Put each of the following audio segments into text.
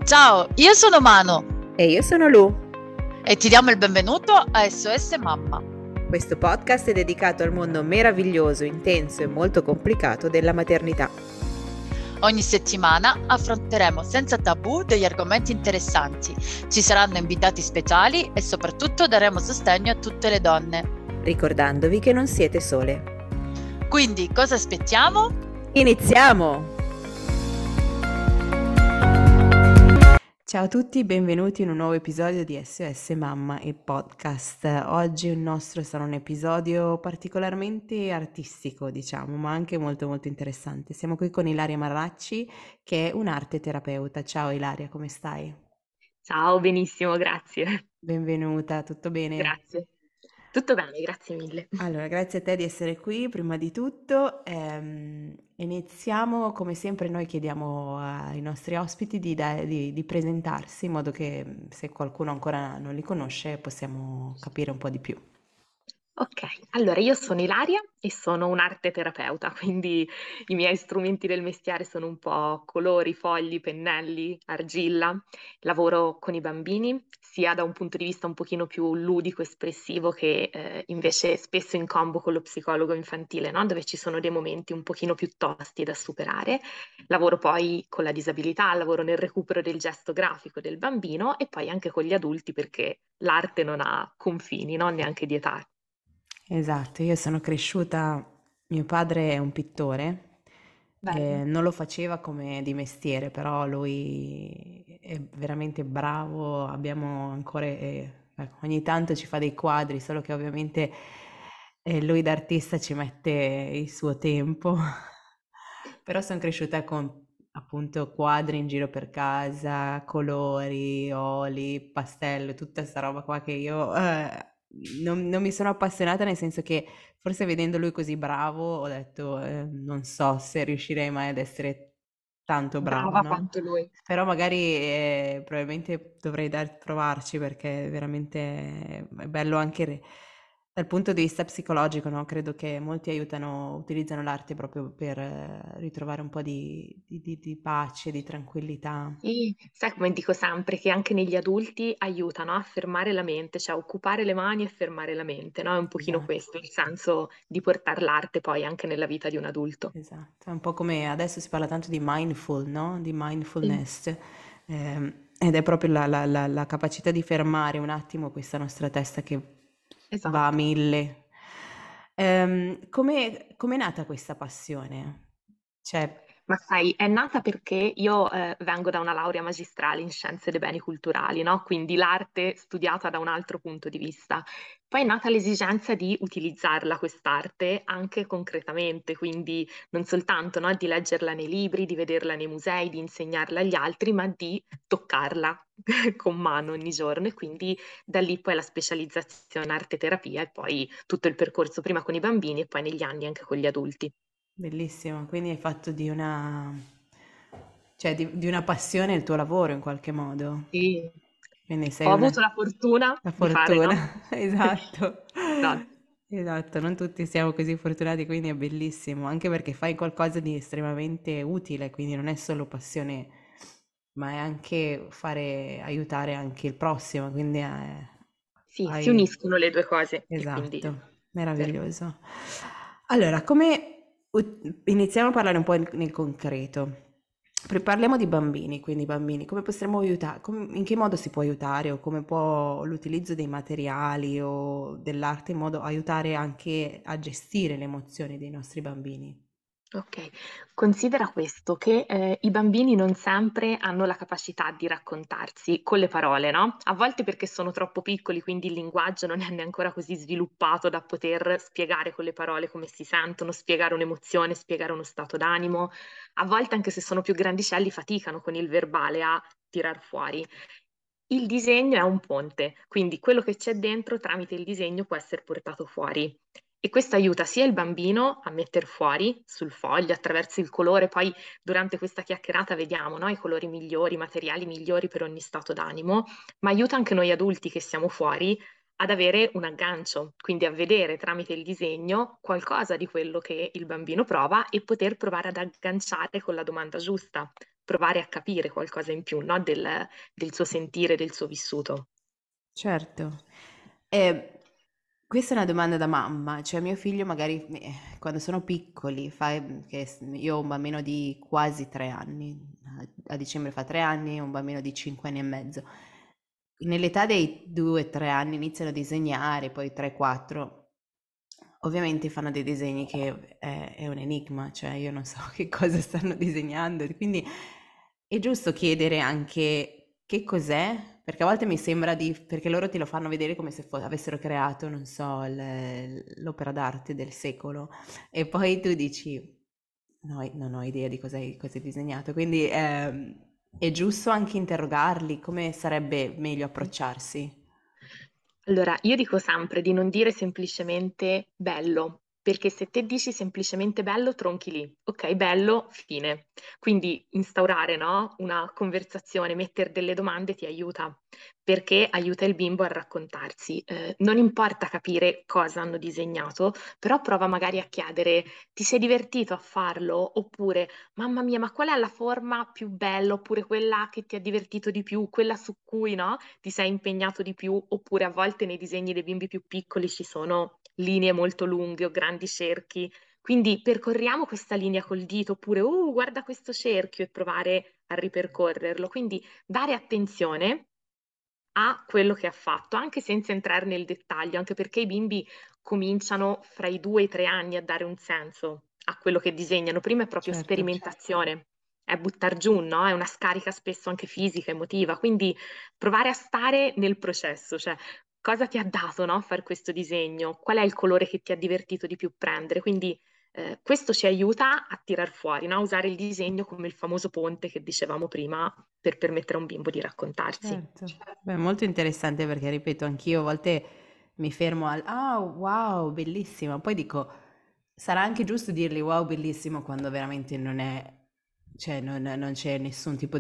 Ciao, io sono Mano E io sono Lu. e ti diamo il benvenuto a SOS Mamma. Questo podcast è dedicato al mondo meraviglioso, intenso e molto complicato della maternità. Ogni settimana affronteremo senza tabù degli argomenti interessanti, ci saranno invitati speciali e soprattutto daremo sostegno a tutte le donne. Ricordandovi che non siete sole. Quindi cosa aspettiamo? Iniziamo! Ciao a tutti, benvenuti in un nuovo episodio di SOS Mamma, il podcast. Oggi il nostro sarà un episodio particolarmente artistico, diciamo, ma anche molto molto interessante. Siamo qui con Ilaria Marracci, che è un'arte terapeuta. Ciao Ilaria, come stai? Ciao, benissimo, grazie. Benvenuta, tutto bene? Grazie. Tutto bene, grazie mille. Allora, grazie a te di essere qui, prima di tutto. Iniziamo, come sempre noi chiediamo ai nostri ospiti di presentarsi, in modo che se qualcuno ancora non li conosce possiamo capire un po' di più. Ok, allora io sono Ilaria e sono un'arte terapeuta, quindi i miei strumenti del mestiere sono un po' colori, fogli, pennelli, argilla. Lavoro con i bambini, sia da un punto di vista un pochino più ludico, espressivo, che invece spesso in combo con lo psicologo infantile, no? Dove ci sono dei momenti un pochino più tosti da superare. Lavoro poi con la disabilità, lavoro nel recupero del gesto grafico del bambino e poi anche con gli adulti perché l'arte non ha confini, no? Neanche di età. Esatto, io sono cresciuta, mio padre è un pittore, Bello. non lo faceva come di mestiere, però lui è veramente bravo, abbiamo ancora, ecco, ogni tanto ci fa dei quadri, solo che ovviamente lui d'artista ci mette il suo tempo, però sono cresciuta con appunto quadri in giro per casa, colori, oli, pastello, tutta sta roba qua che io non mi sono appassionata, nel senso che forse vedendo lui così bravo ho detto non so se riuscirei mai ad essere tanto brava, Brava no? quanto lui. Però magari probabilmente dovrei provarci perché veramente è bello anche dal punto di vista psicologico, no? Credo che molti utilizzano l'arte proprio per ritrovare un po' di pace, di tranquillità. Sì, sai come dico sempre che anche negli adulti aiutano a fermare la mente, cioè occupare le mani e fermare la mente, no? È un pochino Esatto. questo il senso di portare l'arte poi anche nella vita di un adulto. Esatto, è un po' come adesso si parla tanto di mindful, no? Di Sì, mindfulness, ed è proprio la capacità di fermare un attimo questa nostra testa che va a esatto. mille. Come è nata questa passione? Cioè, Ma sai, è nata perché io vengo da una laurea magistrale in scienze dei beni culturali, no? Quindi l'arte studiata da un altro punto di vista. Poi è nata l'esigenza di utilizzarla quest'arte anche concretamente, quindi non soltanto, no, di leggerla nei libri, di vederla nei musei, di insegnarla agli altri, ma di toccarla con mano ogni giorno. E quindi da lì poi la specializzazione in arte terapia e poi tutto il percorso prima con i bambini e poi negli anni anche con gli adulti. bellissimo, quindi hai fatto cioè di una passione il tuo lavoro in qualche modo. Sì. Quindi sei Ho avuto la fortuna la di fare, no? fortuna, esatto. Esatto. Esatto, non tutti siamo così fortunati, quindi è bellissimo, anche perché fai qualcosa di estremamente utile, quindi non è solo passione, ma è anche aiutare anche il prossimo, quindi Sì, si hai... uniscono le due cose e quindi Esatto, per- meraviglioso. Allora, iniziamo a parlare un po' nel concreto. Parliamo di bambini, quindi bambini, come possiamo aiutare, in che modo si può aiutare o come può l'utilizzo dei materiali o dell'arte in modo aiutare anche a gestire le emozioni dei nostri bambini? Ok, considera questo, che i bambini non sempre hanno la capacità di raccontarsi con le parole, no? A volte perché sono troppo piccoli, quindi il linguaggio non è neanche ancora così sviluppato da poter spiegare con le parole come si sentono, spiegare un'emozione, spiegare uno stato d'animo. A volte, anche se sono più grandicelli, faticano con il verbale a tirar fuori. Il disegno è un ponte, quindi quello che c'è dentro tramite il disegno può essere portato fuori. E questo aiuta sia il bambino a mettere fuori sul foglio attraverso il colore, poi durante questa chiacchierata vediamo, no, i colori migliori, i materiali migliori per ogni stato d'animo, ma aiuta anche noi adulti che siamo fuori ad avere un aggancio, quindi a vedere tramite il disegno qualcosa di quello che il bambino prova e poter provare ad agganciare con la domanda giusta. provare a capire qualcosa in più, no? Del suo sentire, del suo vissuto. Certo. Questa è una domanda da mamma, cioè mio figlio magari quando sono piccoli, io ho un bambino di quasi 3 anni, a dicembre fa 3 anni, un bambino di 5 anni e mezzo. Nell'età dei 2 o 3 anni iniziano a disegnare, poi 3 o 4, ovviamente fanno dei disegni che è un enigma, cioè io non so che cosa stanno disegnando, quindi è giusto chiedere anche che cos'è, perché a volte mi sembra perché loro ti lo fanno vedere come se avessero creato, non so, l'opera d'arte del secolo, e poi tu dici, no, non ho idea di cosa hai disegnato, quindi è giusto anche interrogarli, come sarebbe meglio approcciarsi? Allora, io dico sempre di non dire semplicemente bello, perché se te dici semplicemente bello, tronchi lì. Ok, bello, fine. Quindi instaurare, no, una conversazione, mettere delle domande ti aiuta, perché aiuta il bimbo a raccontarsi. Non importa capire cosa hanno disegnato, però prova magari a chiedere, ti sei divertito a farlo? Oppure, mamma mia, ma qual è la forma più bella? Oppure quella che ti ha divertito di più, quella su cui, no? Ti sei impegnato di più, oppure a volte nei disegni dei bimbi più piccoli ci sono linee molto lunghe o grandi cerchi. Quindi percorriamo questa linea col dito, oppure, guarda questo cerchio e provare a ripercorrerlo. Quindi dare attenzione a quello che ha fatto, anche senza entrare nel dettaglio, anche perché i bimbi cominciano fra i 2 e i 3 anni a dare un senso a quello che disegnano. Prima è proprio Certo. sperimentazione, è buttar giù, no? È una scarica spesso anche fisica, emotiva. Quindi provare a stare nel processo, cioè cosa ti ha dato, no, fare questo disegno? Qual è il colore che ti ha divertito di più prendere? Quindi questo ci aiuta a tirar fuori, no? A usare il disegno come il famoso ponte che dicevamo prima per permettere a un bimbo di raccontarsi. Certo, beh, molto interessante perché, ripeto, anch'io a volte mi fermo al "ah, wow, bellissimo", poi dico, sarà anche giusto dirgli wow, bellissimo quando veramente non è, cioè non c'è nessun tipo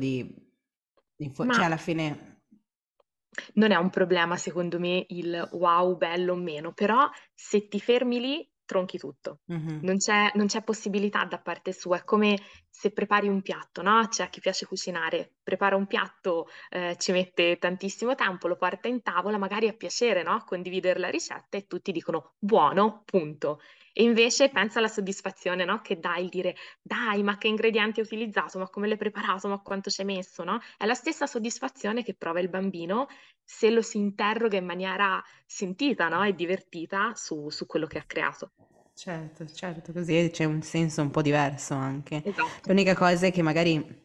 Ma cioè alla fine, non è un problema, secondo me, il wow, bello o meno, però se ti fermi lì, tronchi tutto. mhm, Non c'è possibilità da parte sua. È come se prepari un piatto, no? C'è a chi piace cucinare, prepara un piatto, ci mette tantissimo tempo, lo porta in tavola, magari a piacere, no? Condividere la ricetta e tutti dicono buono, punto. E invece pensa alla soddisfazione, no? Che dà il dire, dai, ma che ingredienti hai utilizzato, ma come l'hai preparato, ma quanto ci hai messo, no? È la stessa soddisfazione che prova il bambino se lo si interroga in maniera sentita, no? E divertita su quello che ha creato. certo, certo, così c'è un senso un po' diverso anche. Esatto. L'unica cosa è che magari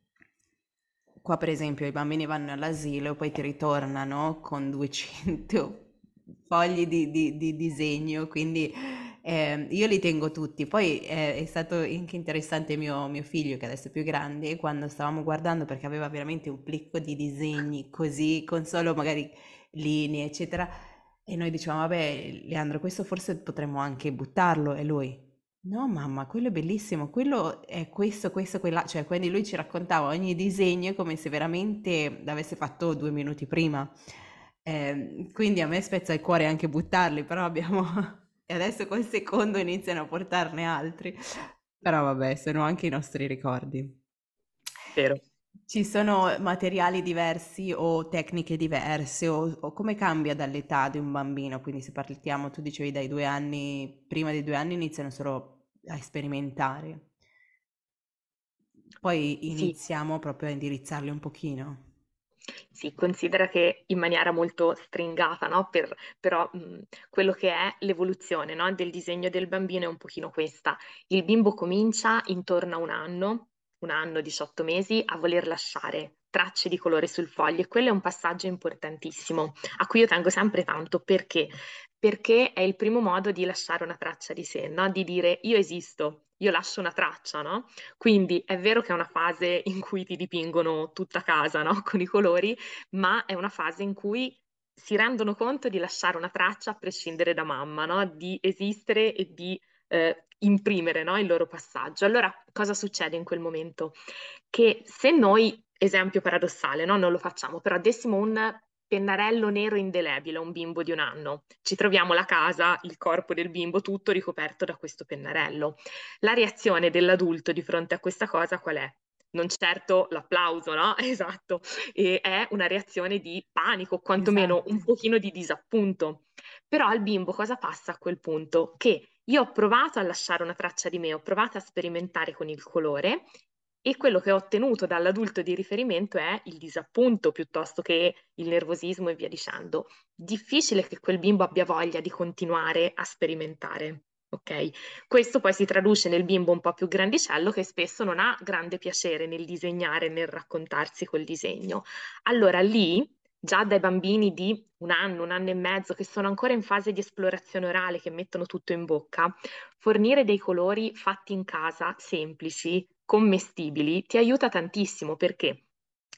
qua per esempio i bambini vanno all'asilo e poi ti ritornano con 200 fogli di disegno, quindi io li tengo tutti. Poi è stato anche interessante mio figlio, che adesso è più grande, quando stavamo guardando, perché aveva veramente un plicco di disegni così, con solo magari linee, eccetera, e noi dicevamo, vabbè, Leandro, questo forse potremmo anche buttarlo, e lui... No, mamma, quello è bellissimo, quello è questo, quella, cioè, quindi lui ci raccontava ogni disegno come se veramente l'avesse fatto 2 minuti prima. Quindi a me spezza il cuore anche buttarli, però abbiamo... e adesso col secondo iniziano a portarne altri. Però vabbè, sono anche i nostri ricordi. Vero. Ci sono materiali diversi o tecniche diverse o come cambia dall'età di un bambino? Quindi se parliamo, tu dicevi dai 2 anni, prima dei 2 anni iniziano solo a sperimentare, poi Sì, iniziamo proprio a indirizzarli un pochino. sì, considera che in maniera molto stringata, no? Però quello che è l'evoluzione, no? Del disegno del bambino è un pochino questa. Il bimbo comincia intorno a un anno, 18 mesi, a voler lasciare tracce di colore sul foglio e quello è un passaggio importantissimo a cui io tengo sempre tanto. Perché? Perché è il primo modo di lasciare una traccia di sé, no? Di dire io esisto, io lascio una traccia, no? Quindi è vero che è una fase in cui ti dipingono tutta casa, no? Con i colori, ma è una fase in cui si rendono conto di lasciare una traccia a prescindere da mamma, no? Di esistere e di imprimere, no? Il loro passaggio. Allora, cosa succede in quel momento? Che se noi, esempio paradossale, no? Non lo facciamo, però dessimo un pennarello nero indelebile a un bimbo di 1 anno, ci troviamo la casa, il corpo del bimbo tutto ricoperto da questo pennarello. La reazione dell'adulto di fronte a questa cosa qual è? non certo l'applauso, no? Esatto, e è una reazione di panico, quantomeno un Esatto. pochino di disappunto. Però al bimbo cosa passa a quel punto? Che io ho provato a lasciare una traccia di me, ho provato a sperimentare con il colore e quello che ho ottenuto dall'adulto di riferimento è il disappunto piuttosto che il nervosismo e via dicendo. Difficile che quel bimbo abbia voglia di continuare a sperimentare. Ok? Questo poi si traduce nel bimbo un po' più grandicello che spesso non ha grande piacere nel disegnare, nel raccontarsi col disegno. Allora lì, già dai bambini di un anno e mezzo, che sono ancora in fase di esplorazione orale, che mettono tutto in bocca, fornire dei colori fatti in casa, semplici, commestibili, ti aiuta tantissimo perché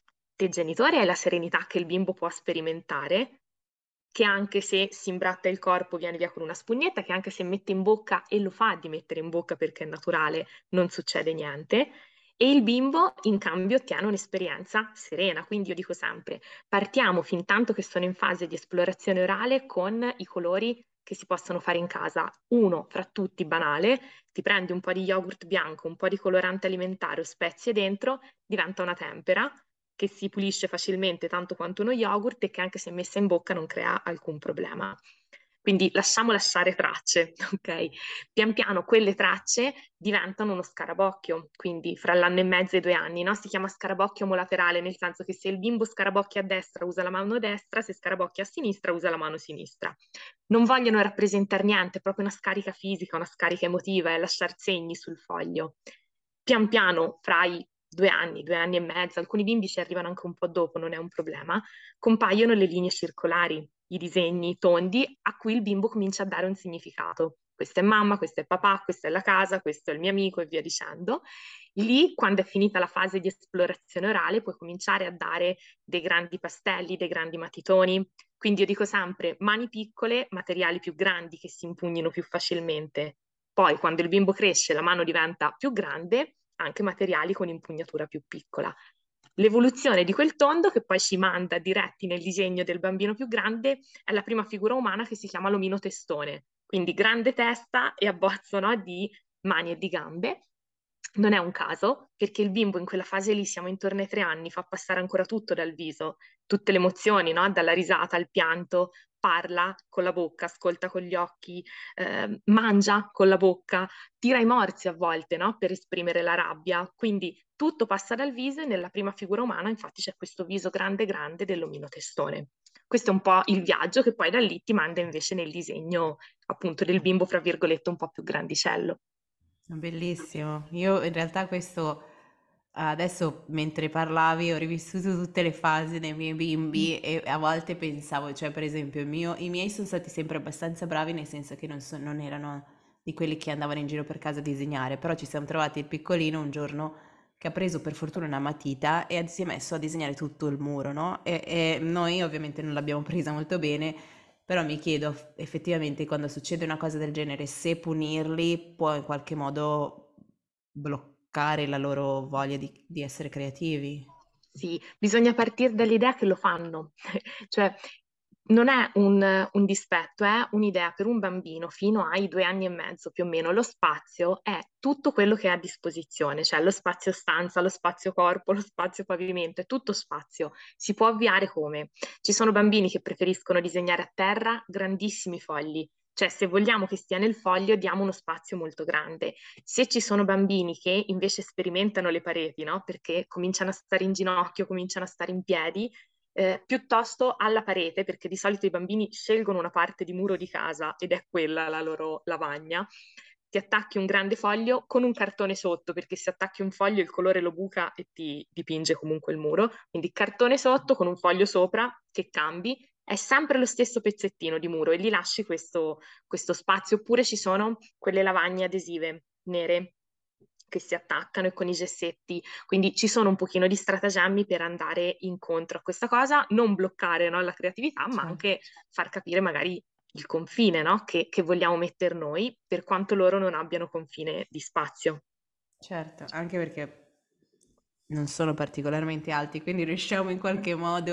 te genitore hai la serenità che il bimbo può sperimentare, che anche se si imbratta il corpo viene via con una spugnetta, che anche se mette in bocca e lo fa di mettere in bocca perché è naturale, non succede niente. E il bimbo in cambio ottiene un'esperienza serena. Quindi io dico sempre, partiamo fin tanto che sono in fase di esplorazione orale con i colori che si possono fare in casa. Uno fra tutti banale, ti prendi un po' di yogurt bianco, un po' di colorante alimentare o spezie dentro, diventa una tempera che si pulisce facilmente tanto quanto uno yogurt e che anche se messa in bocca non crea alcun problema. Quindi lasciamo lasciare tracce, ok? Pian piano quelle tracce diventano uno scarabocchio, quindi fra l'anno e mezzo e i 2 anni, no? Si chiama scarabocchio omolaterale, nel senso che se il bimbo scarabocchia a destra usa la mano destra, se scarabocchia a sinistra usa la mano sinistra. Non vogliono rappresentare niente, è proprio una scarica fisica, una scarica emotiva, è lasciare segni sul foglio. Pian piano, fra i 2 anni e mezzo, alcuni bimbi ci arrivano anche un po' dopo, non è un problema, compaiono le linee circolari, i disegni tondi a cui il bimbo comincia a dare un significato. Questa è mamma, questo è papà, questa è la casa, questo è il mio amico e via dicendo. Lì, quando è finita la fase di esplorazione orale, puoi cominciare a dare dei grandi pastelli, dei grandi matitoni. Quindi io dico sempre mani piccole, materiali più grandi che si impugnino più facilmente. Poi, quando il bimbo cresce, la mano diventa più grande, anche materiali con impugnatura più piccola. L'evoluzione di quel tondo che poi ci manda diretti nel disegno del bambino più grande è la prima figura umana che si chiama l'omino testone, quindi grande testa e abbozzo, no, di mani e di gambe. Non è un caso, perché il bimbo in quella fase lì, siamo intorno ai 3 anni, fa passare ancora tutto dal viso, tutte le emozioni, no? Dalla risata al pianto, parla con la bocca, ascolta con gli occhi, mangia con la bocca, tira i morsi a volte, no? Per esprimere la rabbia. Quindi tutto passa dal viso e nella prima figura umana infatti c'è questo viso grande grande dell'omino testone. Questo è un po' il viaggio che poi da lì ti manda invece nel disegno appunto del bimbo, fra virgolette, un po' più grandicello. Bellissimo. Io in realtà questo adesso mentre parlavi ho rivissuto tutte le fasi dei miei bimbi e a volte pensavo, cioè per esempio i miei sono stati sempre abbastanza bravi nel senso che non erano di quelli che andavano in giro per casa a disegnare, però ci siamo trovati il piccolino un giorno che ha preso per fortuna una matita e si è messo a disegnare tutto il muro, no? E noi ovviamente non l'abbiamo presa molto bene, però mi chiedo effettivamente quando succede una cosa del genere se punirli può in qualche modo bloccare la loro voglia di essere creativi. Sì, bisogna partire dall'idea che lo fanno, cioè non è un dispetto, è un'idea per un bambino fino ai 2 anni e mezzo più o meno. Lo spazio è tutto quello che è a disposizione, cioè lo spazio stanza, lo spazio corpo, lo spazio pavimento, è tutto spazio. Si può avviare come? Ci sono bambini che preferiscono disegnare a terra grandissimi fogli. Cioè, se vogliamo che stia nel foglio, diamo uno spazio molto grande. Se ci sono bambini che invece sperimentano le pareti, no? Perché cominciano a stare in ginocchio, cominciano a stare in piedi, piuttosto alla parete, perché di solito i bambini scelgono una parte di muro di casa ed è quella la loro lavagna. Ti attacchi un grande foglio con un cartone sotto, perché se attacchi un foglio il colore lo buca e ti dipinge comunque il muro. Quindi cartone sotto con un foglio sopra che cambi, è sempre lo stesso pezzettino di muro e gli lasci questo spazio. Oppure ci sono quelle lavagne adesive nere che si attaccano e con i gessetti. Quindi ci sono un pochino di stratagemmi per andare incontro a questa cosa, non bloccare, no, la creatività, ma Cioè, anche far capire magari il confine, no, che vogliamo mettere noi, per quanto loro non abbiano confine di spazio. certo, anche perché non sono particolarmente alti, quindi riusciamo in qualche modo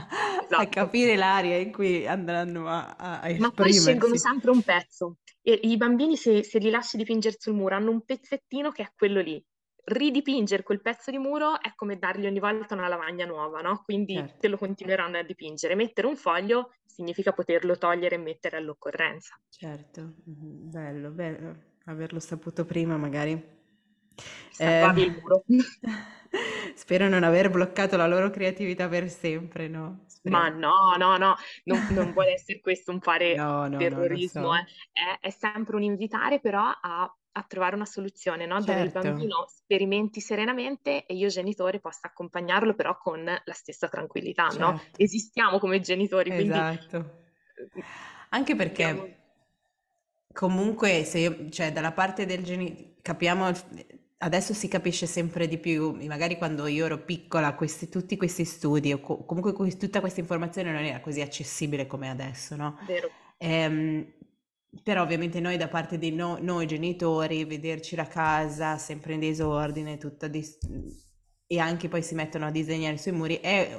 a Esatto. capire l'area in cui andranno a Ma poi scelgono esprimersi. sempre un pezzo. E i bambini, se li lasci dipingere sul muro, hanno un pezzettino che è quello lì. ridipingere quel pezzo di muro è come dargli ogni volta una lavagna nuova, no? Quindi certo, te lo continueranno a dipingere. Mettere un foglio significa poterlo togliere e mettere all'occorrenza. certo. Bello, bello averlo saputo prima magari. Salvavi il Ehm, muro. spero non aver bloccato la loro creatività per sempre, no? Ma Speriamo. no, no, no, non vuole essere questo un fare No, no, no, lo terrorismo, so. È sempre un invitare però a trovare una soluzione, no? Dove il Certo, bambino sperimenti serenamente e io genitore possa accompagnarlo però con la stessa tranquillità, no? certo. Esistiamo come genitori, quindi Esatto. eh, Anche diamo... perché comunque se io, cioè dalla parte del capiamo, adesso si capisce sempre di più, magari quando io ero piccola, tutti questi studi, o comunque tutta questa informazione non era così accessibile come adesso, no? Vero. Ehm, però ovviamente noi da parte di noi genitori, vederci la casa sempre in disordine, e anche poi si mettono a disegnare sui muri,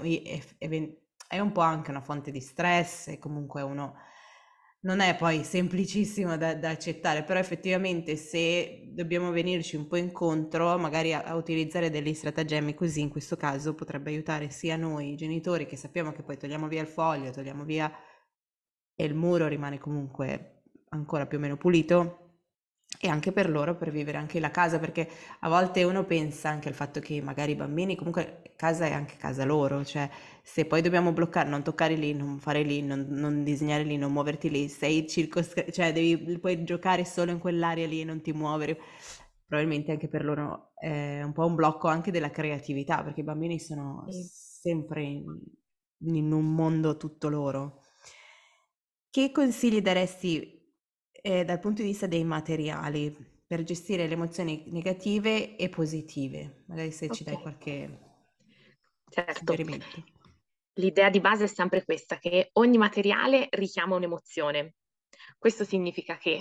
è un po' anche una fonte di stress e comunque uno non è poi semplicissimo da accettare, però effettivamente se dobbiamo venirci un po' incontro, magari a utilizzare degli stratagemmi così, in questo caso potrebbe aiutare sia noi genitori che sappiamo che poi togliamo via il foglio, togliamo via e il muro rimane comunque ancora più o meno pulito, e anche per loro per vivere anche la casa, perché a volte uno pensa anche al fatto che magari i bambini comunque casa è anche casa loro, cioè se poi dobbiamo bloccare, non toccare lì, non fare lì, non disegnare lì, non muoverti lì, sei cioè puoi giocare solo in quell'area lì e non ti muovere. Probabilmente anche per loro è un po' un blocco anche della creatività, perché i bambini sono Sì. sempre in un mondo tutto loro. Che consigli daresti, dal punto di vista dei materiali per gestire le emozioni negative e positive? Magari se ci Ok. dai qualche Certo. suggerimento. L'idea di base è sempre questa, che ogni materiale richiama un'emozione. Questo significa che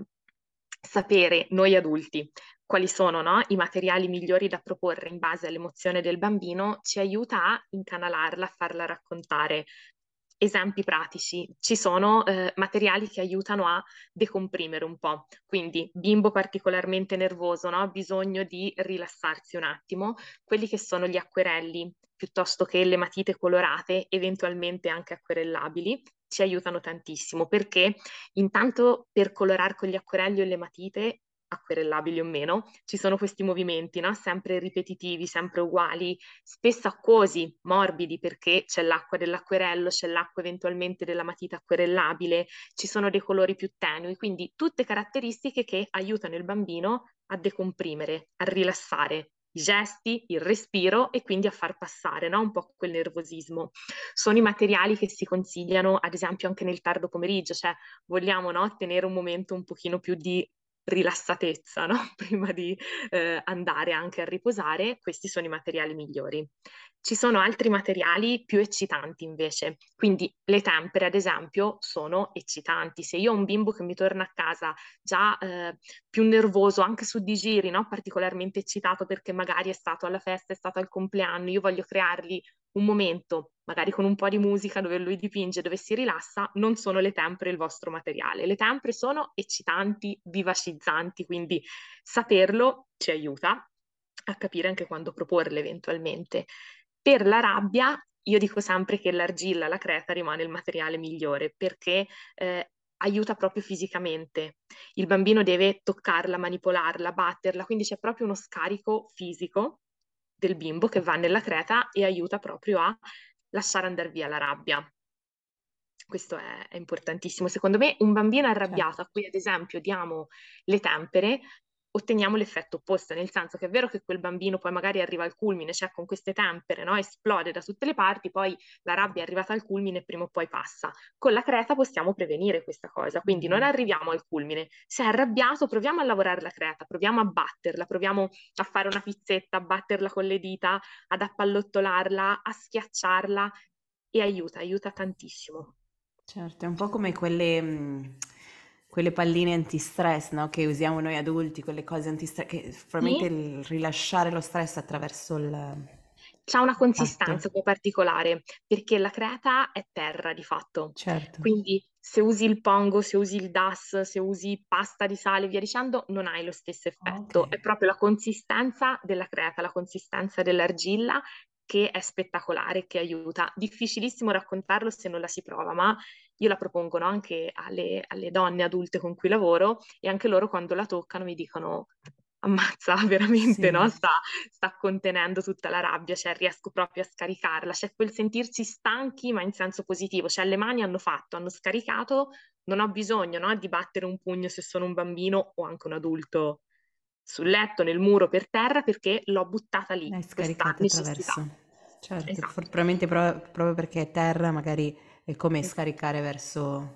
sapere noi adulti quali sono, no, i materiali migliori da proporre in base all'emozione del bambino ci aiuta a incanalarla, a farla raccontare. Esempi pratici, ci sono materiali che aiutano a decomprimere un po', quindi bimbo particolarmente nervoso, no? Ha bisogno di rilassarsi un attimo, quelli che sono gli acquerelli piuttosto che le matite colorate, eventualmente anche acquerellabili, ci aiutano tantissimo perché intanto per colorare con gli acquerelli o le matite, acquerellabili o meno, ci sono questi movimenti, no? Sempre ripetitivi, sempre uguali, spesso acquosi, morbidi, perché c'è l'acqua dell'acquerello, c'è l'acqua eventualmente della matita acquerellabile, ci sono dei colori più tenui, quindi tutte caratteristiche che aiutano il bambino a decomprimere, a rilassare i gesti, il respiro e quindi a far passare, no? Un po' quel nervosismo. Sono i materiali che si consigliano, ad esempio, anche nel tardo pomeriggio, cioè vogliamo, no, tenere un momento un pochino più di rilassatezza, no? Prima di andare anche a riposare, questi sono i materiali migliori. Ci sono altri materiali più eccitanti invece, quindi le tempere, ad esempio, sono eccitanti. Se io ho un bimbo che mi torna a casa già più nervoso, anche su di giri, no? Particolarmente eccitato perché magari è stato alla festa, è stato al compleanno, io voglio creargli un momento, magari con un po' di musica dove lui dipinge, dove si rilassa, non sono le tempere il vostro materiale. Le tempere sono eccitanti, vivacizzanti, quindi saperlo ci aiuta a capire anche quando proporle eventualmente. Per la rabbia, io dico sempre che l'argilla, la creta rimane il materiale migliore perché aiuta proprio fisicamente. Il bambino deve toccarla, manipolarla, batterla, quindi c'è proprio uno scarico fisico del bimbo che va nella creta e aiuta proprio a lasciare andare via la rabbia. Questo è importantissimo. Secondo me, un bambino Certo. arrabbiato a cui, ad esempio, diamo le tempere, otteniamo l'effetto opposto, nel senso che è vero che quel bambino poi magari arriva al culmine, cioè con queste tempere, no? Esplode da tutte le parti, poi la rabbia è arrivata al culmine e prima o poi passa. Con la creta possiamo prevenire questa cosa, quindi non Mhm. arriviamo al culmine. Se è arrabbiato, proviamo a lavorare la creta, proviamo a batterla, proviamo a fare una pizzetta, a batterla con le dita, ad appallottolarla, a schiacciarla e aiuta, aiuta tantissimo. Certo, è un po' come quelle palline antistress, no? Che usiamo noi adulti, quelle cose antistress, che probabilmente Sì, il rilasciare lo stress attraverso c'ha una Esatto, consistenza un po' particolare, perché la creta è terra di fatto. certo. Quindi se usi il pongo, se usi il das, se usi pasta di sale e via dicendo, non hai lo stesso Ok. effetto. È proprio la consistenza della creta, la consistenza dell'argilla che è spettacolare, che aiuta. Difficilissimo raccontarlo se non la si prova, ma io la propongo, no, anche alle donne adulte con cui lavoro e anche loro quando la toccano mi dicono ammazza, veramente, no? Sì, Sta contenendo tutta la rabbia, cioè riesco proprio a scaricarla. C'è quel sentirsi stanchi, ma in senso positivo, cioè le mani hanno fatto, hanno scaricato, non ho bisogno, no, di battere un pugno se sono un bambino o anche un adulto sul letto, nel muro, per terra, perché l'ho buttata lì, l'hai questa scaricata necessità. attraverso. Certo, Esatto, probabilmente proprio perché è terra, magari è come esatto, scaricare verso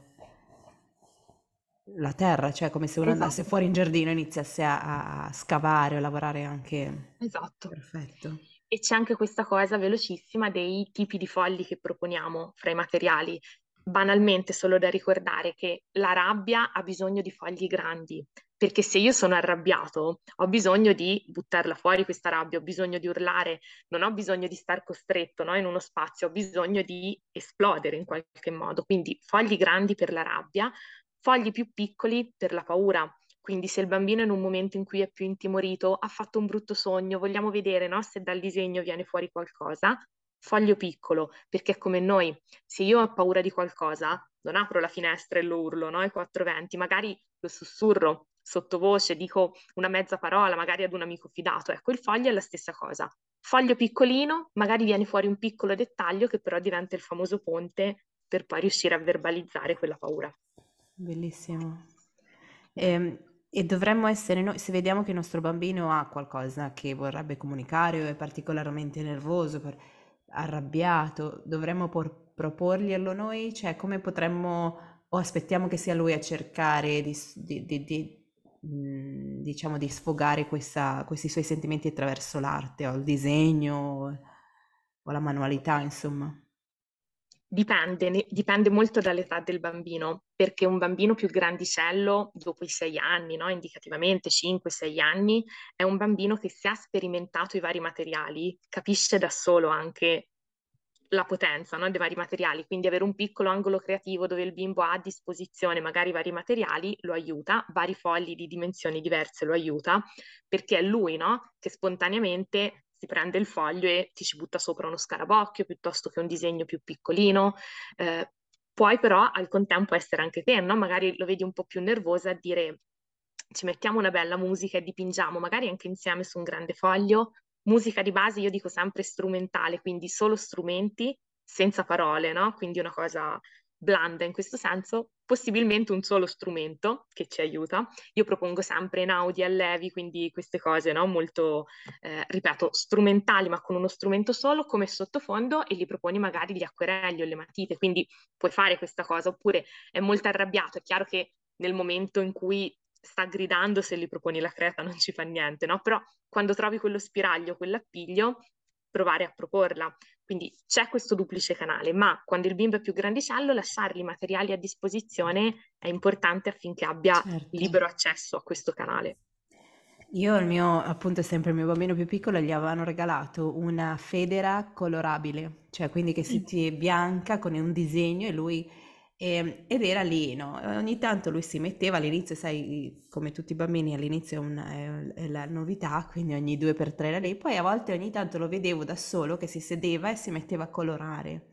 la terra, cioè come se uno andasse esatto. fuori in giardino e iniziasse a scavare o lavorare anche. Esatto. Perfetto. E c'è anche questa cosa velocissima dei tipi di fogli che proponiamo fra i materiali. Banalmente, solo da ricordare che la rabbia ha bisogno di fogli grandi, perché se io sono arrabbiato, ho bisogno di buttarla fuori questa rabbia, ho bisogno di urlare, non ho bisogno di star costretto, no, in uno spazio, ho bisogno di esplodere in qualche modo. Quindi fogli grandi per la rabbia, fogli più piccoli per la paura. Quindi se il bambino in un momento in cui è più intimorito ha fatto un brutto sogno, vogliamo vedere, no, se dal disegno viene fuori qualcosa, foglio piccolo, perché è come noi, se io ho paura di qualcosa, non apro la finestra e lo urlo, no, ai 420, magari lo sussurro sottovoce, dico una mezza parola, magari ad un amico fidato. Ecco, il foglio è la stessa cosa. Foglio piccolino, magari viene fuori un piccolo dettaglio che però diventa il famoso ponte per poi riuscire a verbalizzare quella paura. Bellissimo. E dovremmo essere noi, se vediamo che il nostro bambino ha qualcosa che vorrebbe comunicare o è particolarmente nervoso, arrabbiato, dovremmo proporglielo noi? Cioè, come potremmo, o aspettiamo che sia lui a cercare diciamo, di sfogare questi suoi sentimenti attraverso l'arte o il disegno o la manualità, insomma. Dipende, dipende molto dall'età del bambino, perché un bambino più grandicello, dopo i 6 anni, no, indicativamente 5-6 anni, è un bambino che se ha sperimentato i vari materiali, capisce da solo anche la potenza, no, dei vari materiali. Quindi avere un piccolo angolo creativo dove il bimbo ha a disposizione magari vari materiali lo aiuta, vari fogli di dimensioni diverse lo aiuta, perché è lui, no, che spontaneamente si prende il foglio e ti ci butta sopra uno scarabocchio piuttosto che un disegno più piccolino. Puoi però al contempo essere anche te, no? Magari lo vedi un po' più nervosa a dire ci mettiamo una bella musica e dipingiamo, magari anche insieme su un grande foglio. Musica di base, io dico sempre strumentale, quindi solo strumenti, senza parole, no? Quindi una cosa blanda in questo senso, possibilmente un solo strumento che ci aiuta. Io propongo sempre naudi, allevi, quindi queste cose, no? Molto, ripeto, strumentali, ma con uno strumento solo come sottofondo e gli proponi magari gli acquerelli o le matite, quindi puoi fare questa cosa, oppure è molto arrabbiato, è chiaro che nel momento in cui sta gridando, se gli proponi la creta non ci fa niente, no? Però quando trovi quello spiraglio, quell'appiglio, provare a proporla. Quindi c'è questo duplice canale, ma quando il bimbo è più grandicello, lasciargli i materiali a disposizione è importante affinché abbia Certo. libero accesso a questo canale. Io il mio, appunto, sempre il mio bambino più piccolo, gli avevano regalato una federa colorabile, cioè quindi che si bianca con un disegno e lui, ed era lì, no? E ogni tanto lui si metteva all'inizio, sai, come tutti i bambini, all'inizio è la novità, quindi ogni 2 per 3 era lì, poi a volte ogni tanto lo vedevo da solo che si sedeva e si metteva a colorare.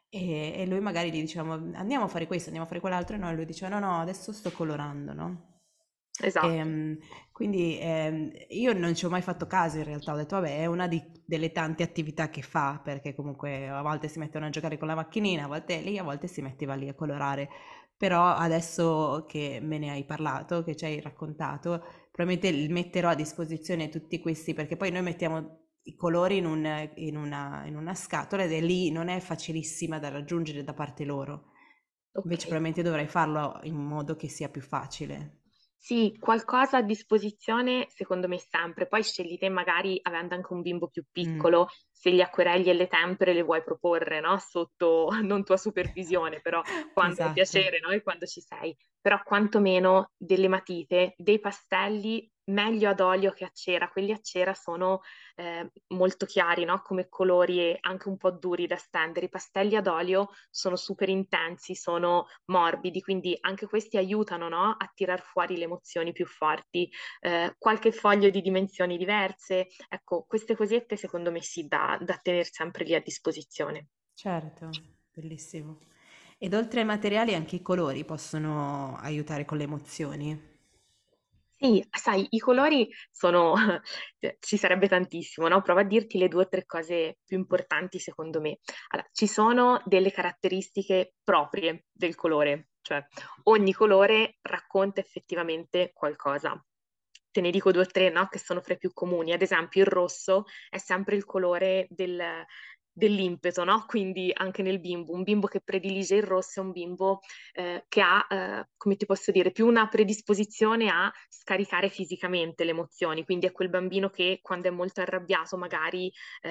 E lui magari gli diceva andiamo a fare questo, andiamo a fare quell'altro, e no, e lui diceva no, no, adesso sto colorando, no? Esatto. Quindi io non ci ho mai fatto caso in realtà, ho detto vabbè è una delle tante attività che fa, perché comunque a volte si mettono a giocare con la macchinina, a volte è lì, a volte si metteva lì a colorare, però adesso che me ne hai parlato, che ci hai raccontato, probabilmente metterò a disposizione tutti questi, perché poi noi mettiamo i colori in una scatola ed è lì, non è facilissima da raggiungere da parte loro, Ok. invece probabilmente dovrei farlo in modo che sia più facile. Sì, qualcosa a disposizione secondo me sempre. Poi scegli te magari avendo anche un bimbo più Mm. piccolo, se gli acquerelli e le tempere le vuoi proporre, no? Sotto non tua supervisione, però quando hai Esatto, piacere, no? E quando ci sei. Però quantomeno delle matite, dei pastelli meglio ad olio che a cera. Quelli a cera sono molto chiari, no? Come colori e anche un po' duri da stendere. I pastelli ad olio sono super intensi, sono morbidi, quindi anche questi aiutano, no? A tirar fuori le emozioni più forti. Qualche foglio di dimensioni diverse, ecco, queste cosette secondo me sì, da tenere sempre lì a disposizione. Certo, bellissimo. Ed oltre ai materiali anche i colori possono aiutare con le emozioni. Sì, sai, i colori sono, cioè, ci sarebbe tantissimo, no? Provo a dirti le due o tre cose più importanti secondo me. Allora, ci sono delle caratteristiche proprie del colore, cioè ogni colore racconta effettivamente qualcosa. Te ne dico due o tre, no? Che sono fra i più comuni. Ad esempio, il rosso è sempre il colore dell'impeto, no? Quindi anche nel bimbo, un bimbo che predilige il rosso è un bimbo che ha, come ti posso dire, più una predisposizione a scaricare fisicamente le emozioni, quindi è quel bambino che quando è molto arrabbiato magari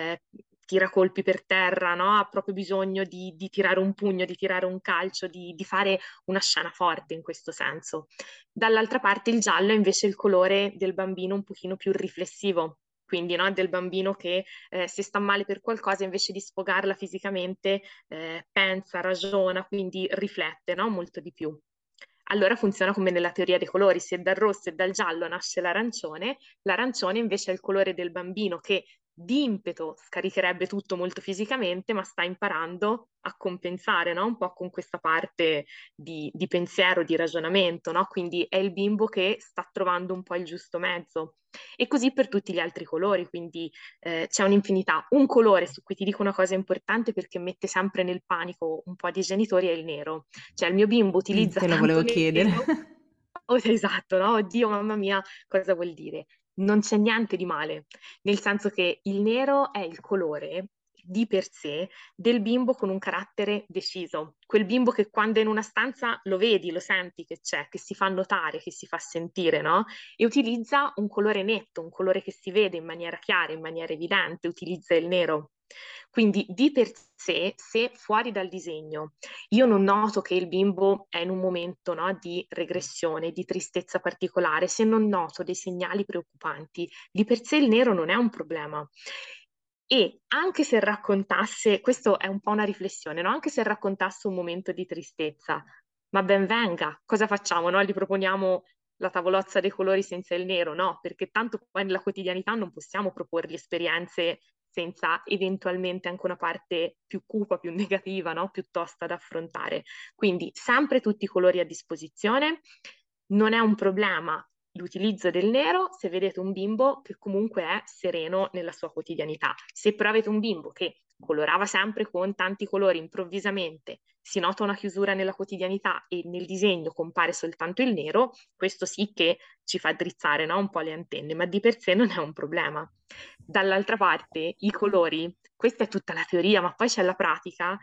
tira colpi per terra, no? Ha proprio bisogno di tirare un pugno, di tirare un calcio, di fare una scena forte in questo senso. Dall'altra parte il giallo è invece il colore del bambino un pochino più riflessivo. Quindi, no, del bambino che se sta male per qualcosa, invece di sfogarla fisicamente, pensa, ragiona, quindi riflette, no, molto di più. Allora funziona come nella teoria dei colori: se dal rosso e dal giallo nasce l'arancione invece è il colore del bambino che di impeto scaricherebbe tutto molto fisicamente, ma sta imparando a compensare, no? Un po' con questa parte di pensiero, di ragionamento, no? Quindi è il bimbo che sta trovando un po' il giusto mezzo. E così per tutti gli altri colori, quindi c'è un'infinità. Un colore su cui ti dico una cosa importante perché mette sempre nel panico un po' di genitori è il nero. Cioè il mio bimbo utilizza Te lo tanto volevo chiedere. nero. Oh, esatto, no? Oddio, mamma mia, cosa vuol dire? Non c'è niente di male, nel senso che il nero è il colore di per sé del bimbo con un carattere deciso, quel bimbo che quando è in una stanza lo vedi, lo senti che c'è, che si fa notare, che si fa sentire, no? E utilizza un colore netto, un colore che si vede in maniera chiara, in maniera evidente, utilizza il nero. Quindi di per sé, se fuori dal disegno io non noto che il bimbo è in un momento, no, di regressione, di tristezza particolare, se non noto dei segnali preoccupanti, di per sé il nero non è un problema. E anche se raccontasse, questo è un po' una riflessione, no? Anche se raccontasse un momento di tristezza, ma ben venga, cosa facciamo? No? Gli proponiamo la tavolozza dei colori senza il nero? No, perché tanto poi nella quotidianità non possiamo proporgli esperienze senza eventualmente anche una parte più cupa, più negativa, no? Più tosta da affrontare. Quindi sempre tutti i colori a disposizione, non è un problema l'utilizzo del nero se vedete un bimbo che comunque è sereno nella sua quotidianità. Se però avete un bimbo che colorava sempre con tanti colori improvvisamente, si nota una chiusura nella quotidianità e nel disegno compare soltanto il nero, questo sì che ci fa drizzare, no? Un po' le antenne, ma di per sé non è un problema. Dall'altra parte, i colori, questa è tutta la teoria, ma poi c'è la pratica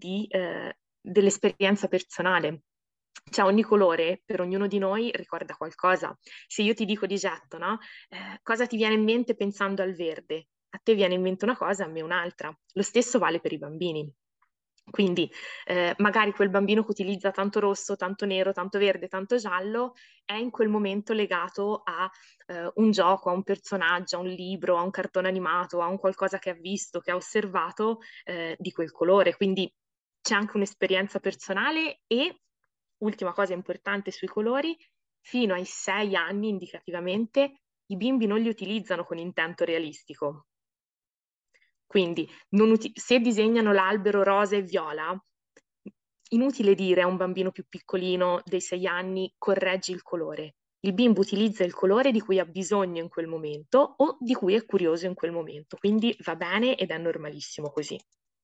dell'esperienza personale. Cioè ogni colore per ognuno di noi ricorda qualcosa. Se io ti dico di getto, no? Cosa ti viene in mente pensando al verde? A te viene in mente una cosa, a me un'altra. Lo stesso vale per i bambini. Quindi magari quel bambino che utilizza tanto rosso, tanto nero, tanto verde, tanto giallo è in quel momento legato a un gioco, a un personaggio, a un libro, a un cartone animato, a un qualcosa che ha visto, che ha osservato di quel colore. Quindi c'è anche un'esperienza personale e, ultima cosa importante sui colori, fino ai 6 anni indicativamente i bimbi non li utilizzano con intento realistico. Quindi se disegnano l'albero rosa e viola, inutile dire a un bambino più piccolino dei 6 anni correggi il colore. Il bimbo utilizza il colore di cui ha bisogno in quel momento o di cui è curioso in quel momento, quindi va bene ed è normalissimo così.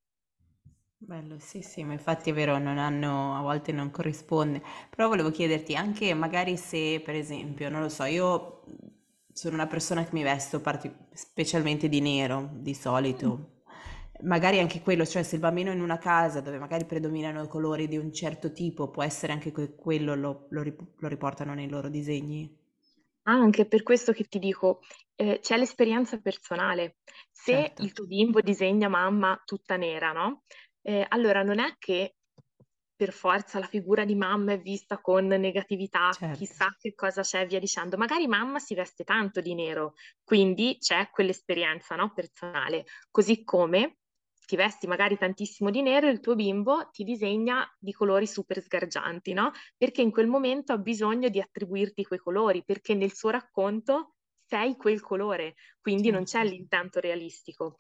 Bello, sì, sì, ma infatti è vero, non hanno, a volte non corrisponde. Però volevo chiederti anche magari se, per esempio, non lo so, io sono una persona che mi vesto specialmente di nero, di solito. Magari anche quello, cioè se il bambino è in una casa dove magari predominano i colori di un certo tipo, può essere anche quello lo riportano nei loro disegni. Anche per questo che ti dico, c'è l'esperienza personale. Se Certo. il tuo bimbo disegna mamma tutta nera, no? Allora non è che per forza la figura di mamma è vista con negatività, Certo, chissà che cosa c'è, via dicendo. Magari mamma si veste tanto di nero, quindi c'è quell'esperienza, no, personale. Così come ti vesti magari tantissimo di nero e il tuo bimbo ti disegna di colori super sgargianti, no? Perché in quel momento ha bisogno di attribuirti quei colori, perché nel suo racconto sei quel colore, quindi non c'è certo. l'intento realistico.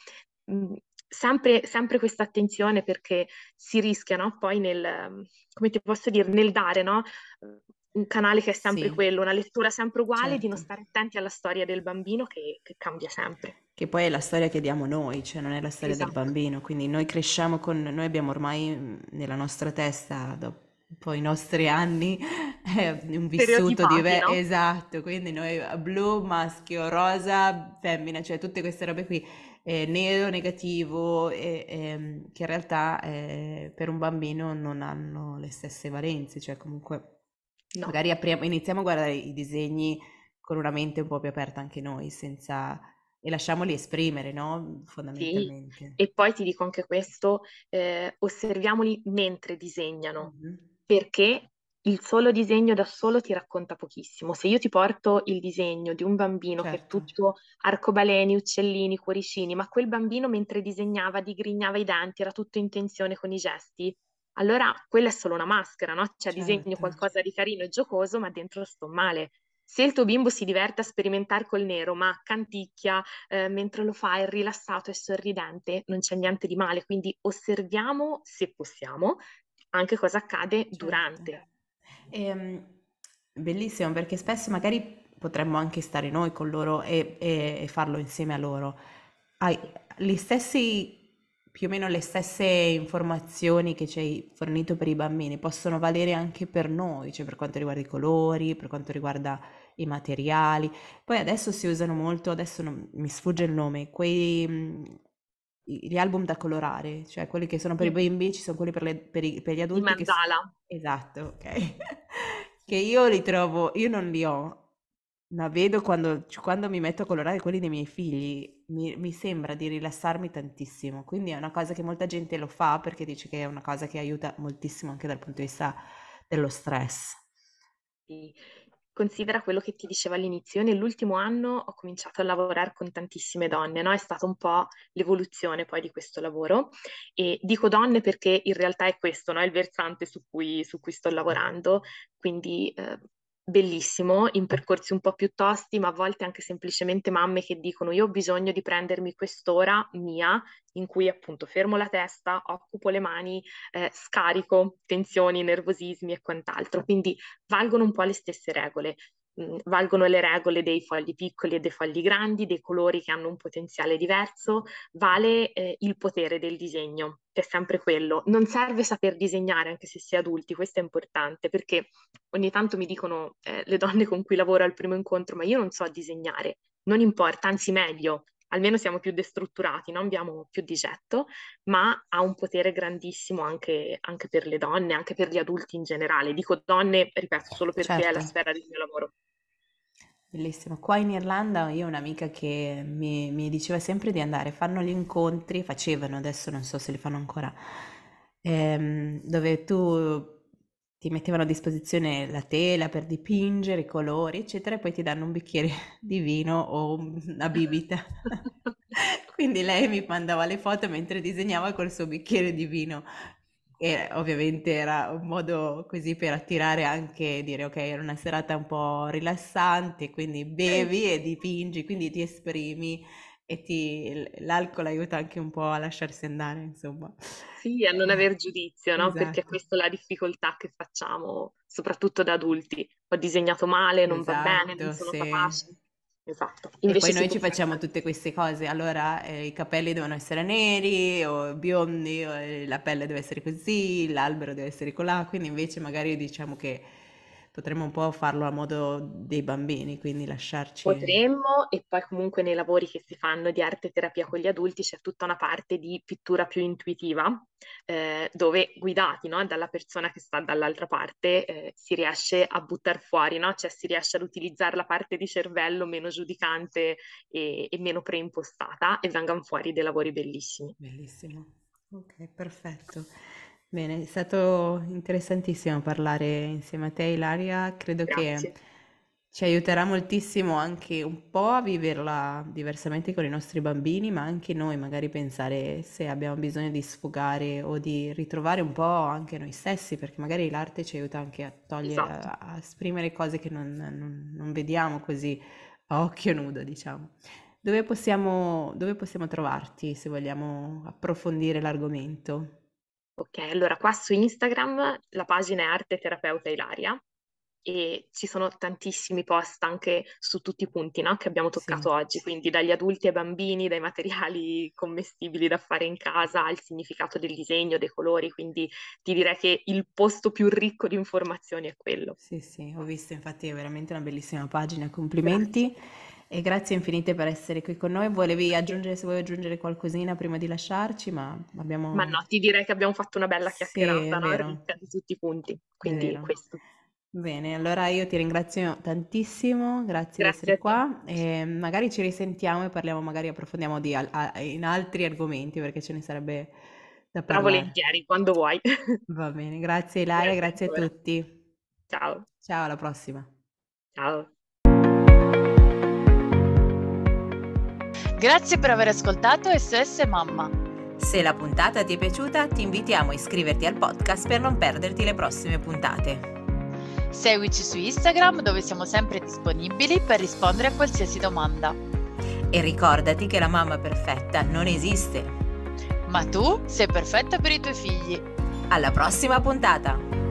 Sempre questa attenzione perché si rischia, no? Poi come ti posso dire, nel dare, no? Un canale che è sempre Sì, quello, una lettura sempre uguale, di non certo. stare attenti alla storia del bambino che cambia sempre. Che poi è la storia che diamo noi, cioè non è la storia del Esatto. bambino, quindi noi cresciamo noi abbiamo ormai nella nostra testa, dopo i nostri anni, un vissuto Stereotipati, no? esatto, quindi noi blu, maschio, rosa, femmina, cioè tutte queste robe qui, nero, negativo, che in realtà per un bambino non hanno le stesse valenze, cioè comunque No. magari iniziamo a guardare i disegni con una mente un po' più aperta anche noi, senza e lasciamoli esprimere, no? Sì, Fondamentalmente. e poi ti dico anche questo, osserviamoli mentre disegnano, Mhm. perché il solo disegno da solo ti racconta pochissimo. Se io ti porto il disegno di un bambino che è Certo, tutto arcobaleni, uccellini, cuoricini, ma quel bambino mentre disegnava digrignava i denti, era tutto in tensione con i gesti, allora quella è solo una maschera, no? Cioè disegno certo, qualcosa di carino e giocoso, ma dentro sto male. Se il tuo bimbo si diverte a sperimentare col nero, ma canticchia, mentre lo fa è rilassato e sorridente, non c'è niente di male, quindi osserviamo, se possiamo, anche cosa accade certo. durante. Ehm, Bellissimo perché spesso magari potremmo anche stare noi con loro e farlo insieme a loro. Hai gli stessi, più o meno le stesse informazioni che ci hai fornito per i bambini, possono valere anche per noi, cioè per quanto riguarda i colori, per quanto riguarda i materiali. Poi adesso si usano molto, adesso mi sfugge il nome, gli album da colorare, cioè quelli che sono per i Sì, bimbi, ci sono quelli per gli i adulti mandala. esatto, ok. Che Sì, io li trovo, io non li ho, ma vedo quando mi metto a colorare quelli dei miei figli, mi sembra di rilassarmi tantissimo, quindi è una cosa che molta gente lo fa perché dice che è una cosa che aiuta moltissimo anche dal punto di vista dello stress. sì. Considera quello che ti dicevo all'inizio. Io nell'ultimo anno ho cominciato a lavorare con tantissime donne, no? È stata un po' l'evoluzione poi di questo lavoro. E dico donne perché in realtà è questo, no? Il versante su cui sto lavorando. Quindi bellissimo, in percorsi un po' più tosti, ma a volte anche semplicemente mamme che dicono: Io ho bisogno di prendermi quest'ora mia in cui appunto fermo la testa, occupo le mani, scarico tensioni, nervosismi e quant'altro. Quindi valgono un po' le stesse regole. Valgono le regole dei fogli piccoli e dei fogli grandi, dei colori che hanno un potenziale diverso, vale il potere del disegno, che è sempre quello. Non serve saper disegnare anche se si è adulti, questo è importante perché ogni tanto mi dicono le donne con cui lavoro al primo incontro, ma io non so disegnare, non importa, anzi meglio, almeno siamo più destrutturati, non abbiamo più di getto, ma ha un potere grandissimo anche per le donne, anche per gli adulti in generale. Dico donne, ripeto, solo perché è Certo. la sfera del mio lavoro. Bellissimo. Qua in Irlanda io ho un'amica che mi diceva sempre di andare, fanno gli incontri, facevano, adesso non so se li fanno ancora, dove tu ti mettevano a disposizione la tela per dipingere, i colori, eccetera, e poi ti danno un bicchiere di vino o una bibita. Quindi lei mi mandava le foto mentre disegnava col suo bicchiere di vino. E ovviamente era un modo così per attirare anche, dire ok, era una serata un po' rilassante, quindi bevi e dipingi, quindi ti esprimi e l'alcol aiuta anche un po' a lasciarsi andare, insomma. Sì, a non aver giudizio, no? Perché Esatto, questa è la difficoltà che facciamo, soprattutto da adulti. Ho disegnato male, non va bene, non esatto, sono sì. capace. Esatto. E Invece poi si noi può ci fare facciamo tutte tantissimo. queste cose, allora i capelli devono essere neri o biondi, o, la pelle deve essere così, l'albero deve essere colà, quindi invece magari diciamo che potremmo un po' farlo a modo dei bambini, quindi lasciarci... Potremmo, e poi comunque nei lavori che si fanno di arte e terapia con gli adulti c'è tutta una parte di pittura più intuitiva, dove guidati, no, dalla persona che sta dall'altra parte, si riesce a buttare fuori, no? Cioè si riesce ad utilizzare la parte di cervello meno giudicante e meno preimpostata e vengono fuori dei lavori bellissimi. Bellissimo. Ok, perfetto. Bene, è stato interessantissimo parlare insieme a te, Ilaria. Credo che Grazie. ci aiuterà moltissimo anche un po' a viverla diversamente con i nostri bambini, ma anche noi magari pensare se abbiamo bisogno di sfogare o di ritrovare un po' anche noi stessi, perché magari l'arte ci aiuta anche a togliere, Esatto. a esprimere cose che non vediamo così a occhio nudo, diciamo. Dove possiamo trovarti se vogliamo approfondire l'argomento? Ok, allora qua su Instagram la pagina è Arte Terapeuta Ilaria e ci sono tantissimi post anche su tutti i punti, no, che abbiamo Sì. toccato oggi, quindi dagli adulti ai bambini, dai materiali commestibili da fare in casa al significato del disegno, dei colori, quindi ti direi che il posto più ricco di informazioni è quello. Sì, sì, ho visto, infatti è veramente una bellissima pagina, Grazie. complimenti e grazie infinite per essere qui con noi. Se vuoi aggiungere qualcosina prima di lasciarci, ma Ma abbiamo... no, ti direi che abbiamo fatto una bella Sì, è chiacchierata, no? vero, Ricca di tutti i punti, è quindi vero. questo. Bene, allora io ti ringrazio tantissimo, grazie di Grazie essere a te. qua e magari ci risentiamo e parliamo, magari approfondiamo in altri argomenti perché ce ne sarebbe da parlare. Volentieri, quando vuoi. Va bene, grazie Ilaria, Grazie grazie a ancora. tutti. Ciao. Ciao, alla prossima. Ciao. Grazie per aver ascoltato SOS Mamma. Se la puntata ti è piaciuta, ti invitiamo a iscriverti al podcast per non perderti le prossime puntate. Seguici su Instagram dove siamo sempre disponibili per rispondere a qualsiasi domanda. E ricordati che la mamma perfetta non esiste. Ma tu sei perfetta per i tuoi figli. Alla prossima puntata!